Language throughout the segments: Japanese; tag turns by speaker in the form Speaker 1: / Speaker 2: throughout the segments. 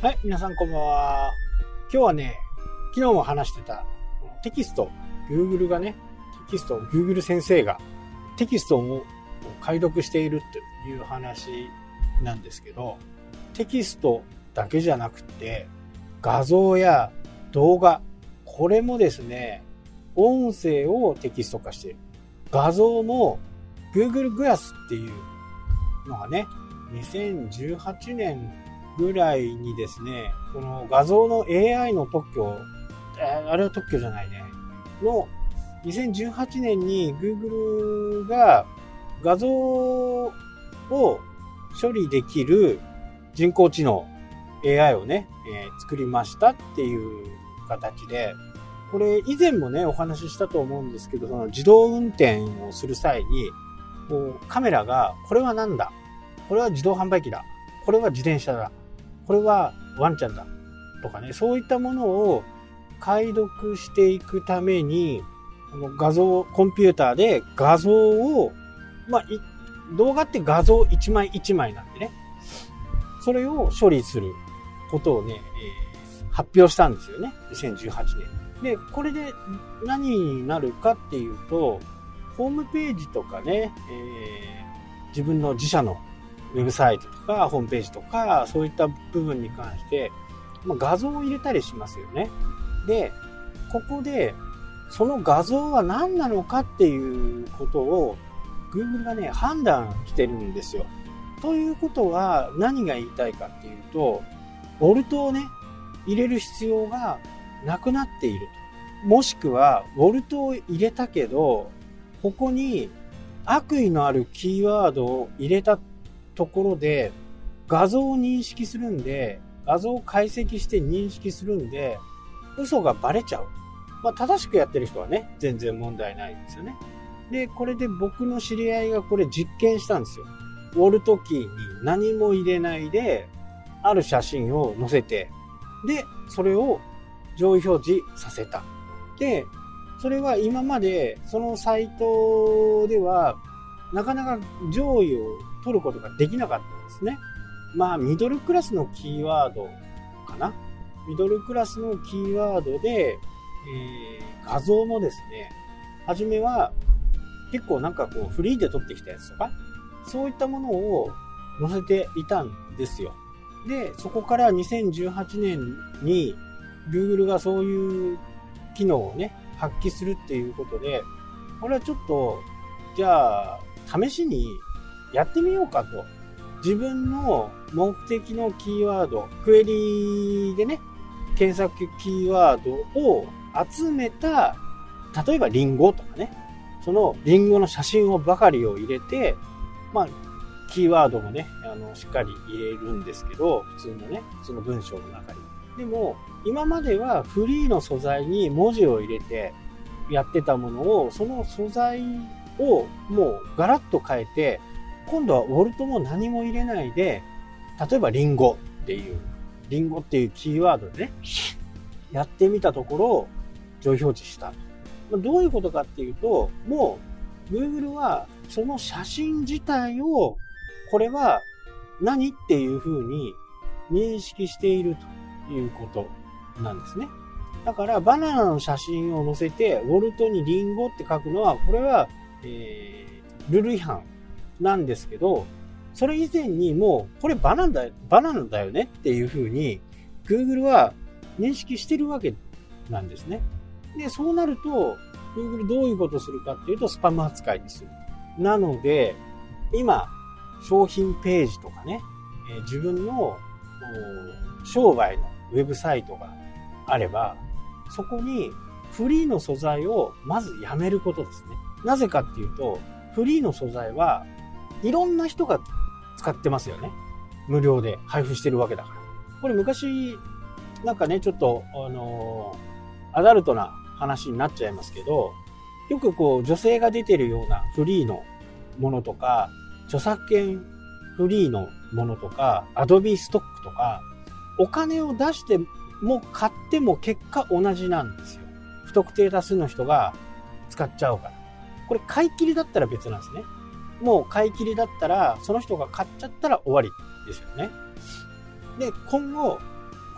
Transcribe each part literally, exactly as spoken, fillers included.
Speaker 1: はい、皆さんこんばんは。今日はね、昨日も話してたテキスト、Google がね、テキスト、Google 先生がテキストを解読しているという話なんですけど、テキストだけじゃなくて、画像や動画、これもですね、音声をテキスト化している。画像も Google グラスっていうのがね、にせんじゅうはちねんぐらいにですね、この画像の エーアイ の特許、あれは特許じゃないね、のにせんじゅうはちねんに Google が画像を処理できる人工知能 エーアイ をね、えー、作りましたっていう形で、これ以前もねお話ししたと思うんですけど、その自動運転をする際にこうカメラがこれはなんだ、これは自動販売機だ、これは自転車だ、これはワンちゃんだとかね、そういったものを解読していくために、この画像コンピューターで画像を、まあ、動画って画像一枚一枚なんでね、それを処理することをね、えー、発表したんですよね、にせんじゅうはちねんで。これで何になるかっていうと、ホームページとかね、えー、自分の自社のウェブサイトとかホームページとかそういった部分に関して、まあ、画像を入れたりしますよね。で、ここでその画像は何なのかっていうことを Google がね判断してるんですよ。ということは何が言いたいかっていうと、ウォルトをね入れる必要がなくなっていると。もしくはウォルトを入れたけどここに悪意のあるキーワードを入れたところで画像を認識するんで、画像を解析して認識するんで嘘がバレちゃう。まあ正しくやってる人はね全然問題ないんですよね。で、これで僕の知り合いがこれ実験したんですよ。ウォルトキーに何も入れないである写真を載せて、でそれを上位表示させた。でそれは今までそのサイトではなかなか上位を取ることができなかったんですね。まあミドルクラスのキーワードかな。ミドルクラスのキーワードで、えー、画像もですね、はじめは結構なんかこうフリーで撮ってきたやつとか、そういったものを載せていたんですよ。で、そこからにせんじゅうはちねんに Google がそういう機能をね、発揮するっていうことで、これはちょっと、じゃあ、試しにやってみようかと。自分の目的のキーワード、クエリでね、検索キーワードを集めた、例えばリンゴとかね、そのリンゴの写真をばかりを入れて、まあ、キーワードもね、あの、しっかり入れるんですけど、普通のね、普通の文章の中に。でも、今まではフリーの素材に文字を入れてやってたものを、その素材をもうガラッと変えて、今度はウォルトも何も入れないで、例えばリンゴっていう、リンゴっていうキーワードでね、やってみたところ、上位表示した。どういうことかっていうと、もう Google はその写真自体を、これは何っていうふうに認識しているということなんですね。だからバナナの写真を載せてウォルトにリンゴって書くのは、これは、えー、ルール違反なんですけど、それ以前にもうこれバナナだよ、バナナだよねっていうふうに Google は認識してるわけなんですね。で、そうなると Google どういうことをするかっていうと、スパム扱いにする。なので今商品ページとかね、えー、自分の商売のウェブサイトがあれば、そこにフリーの素材をまずやめることですね。なぜかっていうと、フリーの素材はいろんな人が使ってますよね。無料で配布してるわけだから。これ昔なんかね、ちょっとあのー、アダルトな話になっちゃいますけど、よくこう女性が出てるようなフリーのものとか、著作権フリーのものとか、アドビストックとか、お金を出しても買っても結果同じなんですよ。不特定多数の人が使っちゃうから。これ買い切りだったら別なんですね。もう買い切りだったら、その人が買っちゃったら終わりですよね。で、今後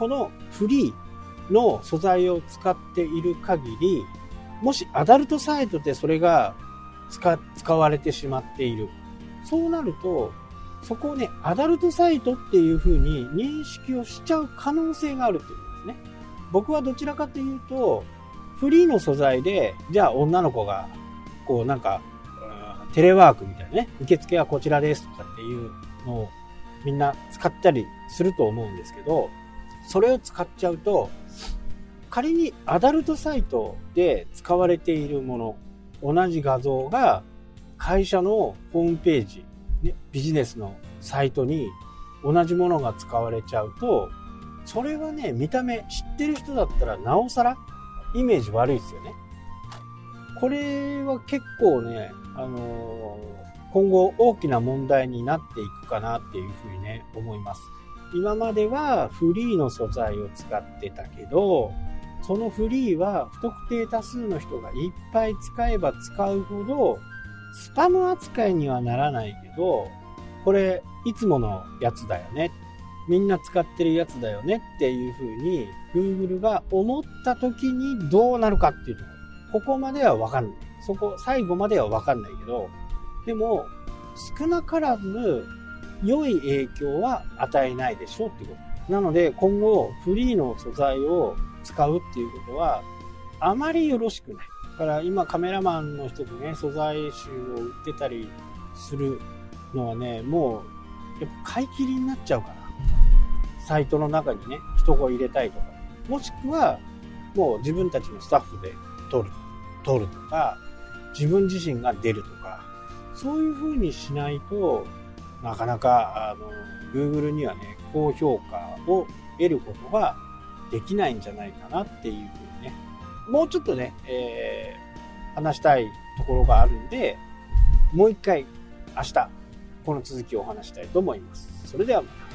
Speaker 1: このフリーの素材を使っている限り、もしアダルトサイトでそれが使、使われてしまっている。そうなると、そこをね、アダルトサイトっていう風に認識をしちゃう可能性があるっていうんですね。僕はどちらかというと、フリーの素材で、じゃあ女の子が、こうなんか、テレワークみたいなね、受付はこちらですとかっていうのをみんな使ったりすると思うんですけど、それを使っちゃうと、仮にアダルトサイトで使われているもの、同じ画像が会社のホームページ、ね、ビジネスのサイトに同じものが使われちゃうと、それはね、見た目知ってる人だったらなおさらイメージ悪いですよね。これは結構ね、あのー、今後大きな問題になっていくかなっていうふうにね、思います。今まではフリーの素材を使ってたけど、そのフリーは不特定多数の人がいっぱい使えば使うほど、スパム扱いにはならないけど、これいつものやつだよね。みんな使ってるやつだよねっていうふうに Google が思った時にどうなるかっていうところ。ここまではわかんない。そこ、最後まではわかんないけど、でも、少なからず良い影響は与えないでしょうっていうこと。なので、今後、フリーの素材を使うっていうことは、あまりよろしくない。だから今カメラマンの人にね、素材集を売ってたりするのはね、もう、やっぱ買い切りになっちゃうから。サイトの中にね、人を入れたいとか。もしくは、もう自分たちのスタッフで撮る。撮るとか、自分自身が出るとか、そういう風にしないとなかなかあの Google にはね、高評価を得ることができないんじゃないかなっていう風にね、もうちょっとね、えー、話したいところがあるんで、もう一回明日この続きをお話したいと思います。それではまた。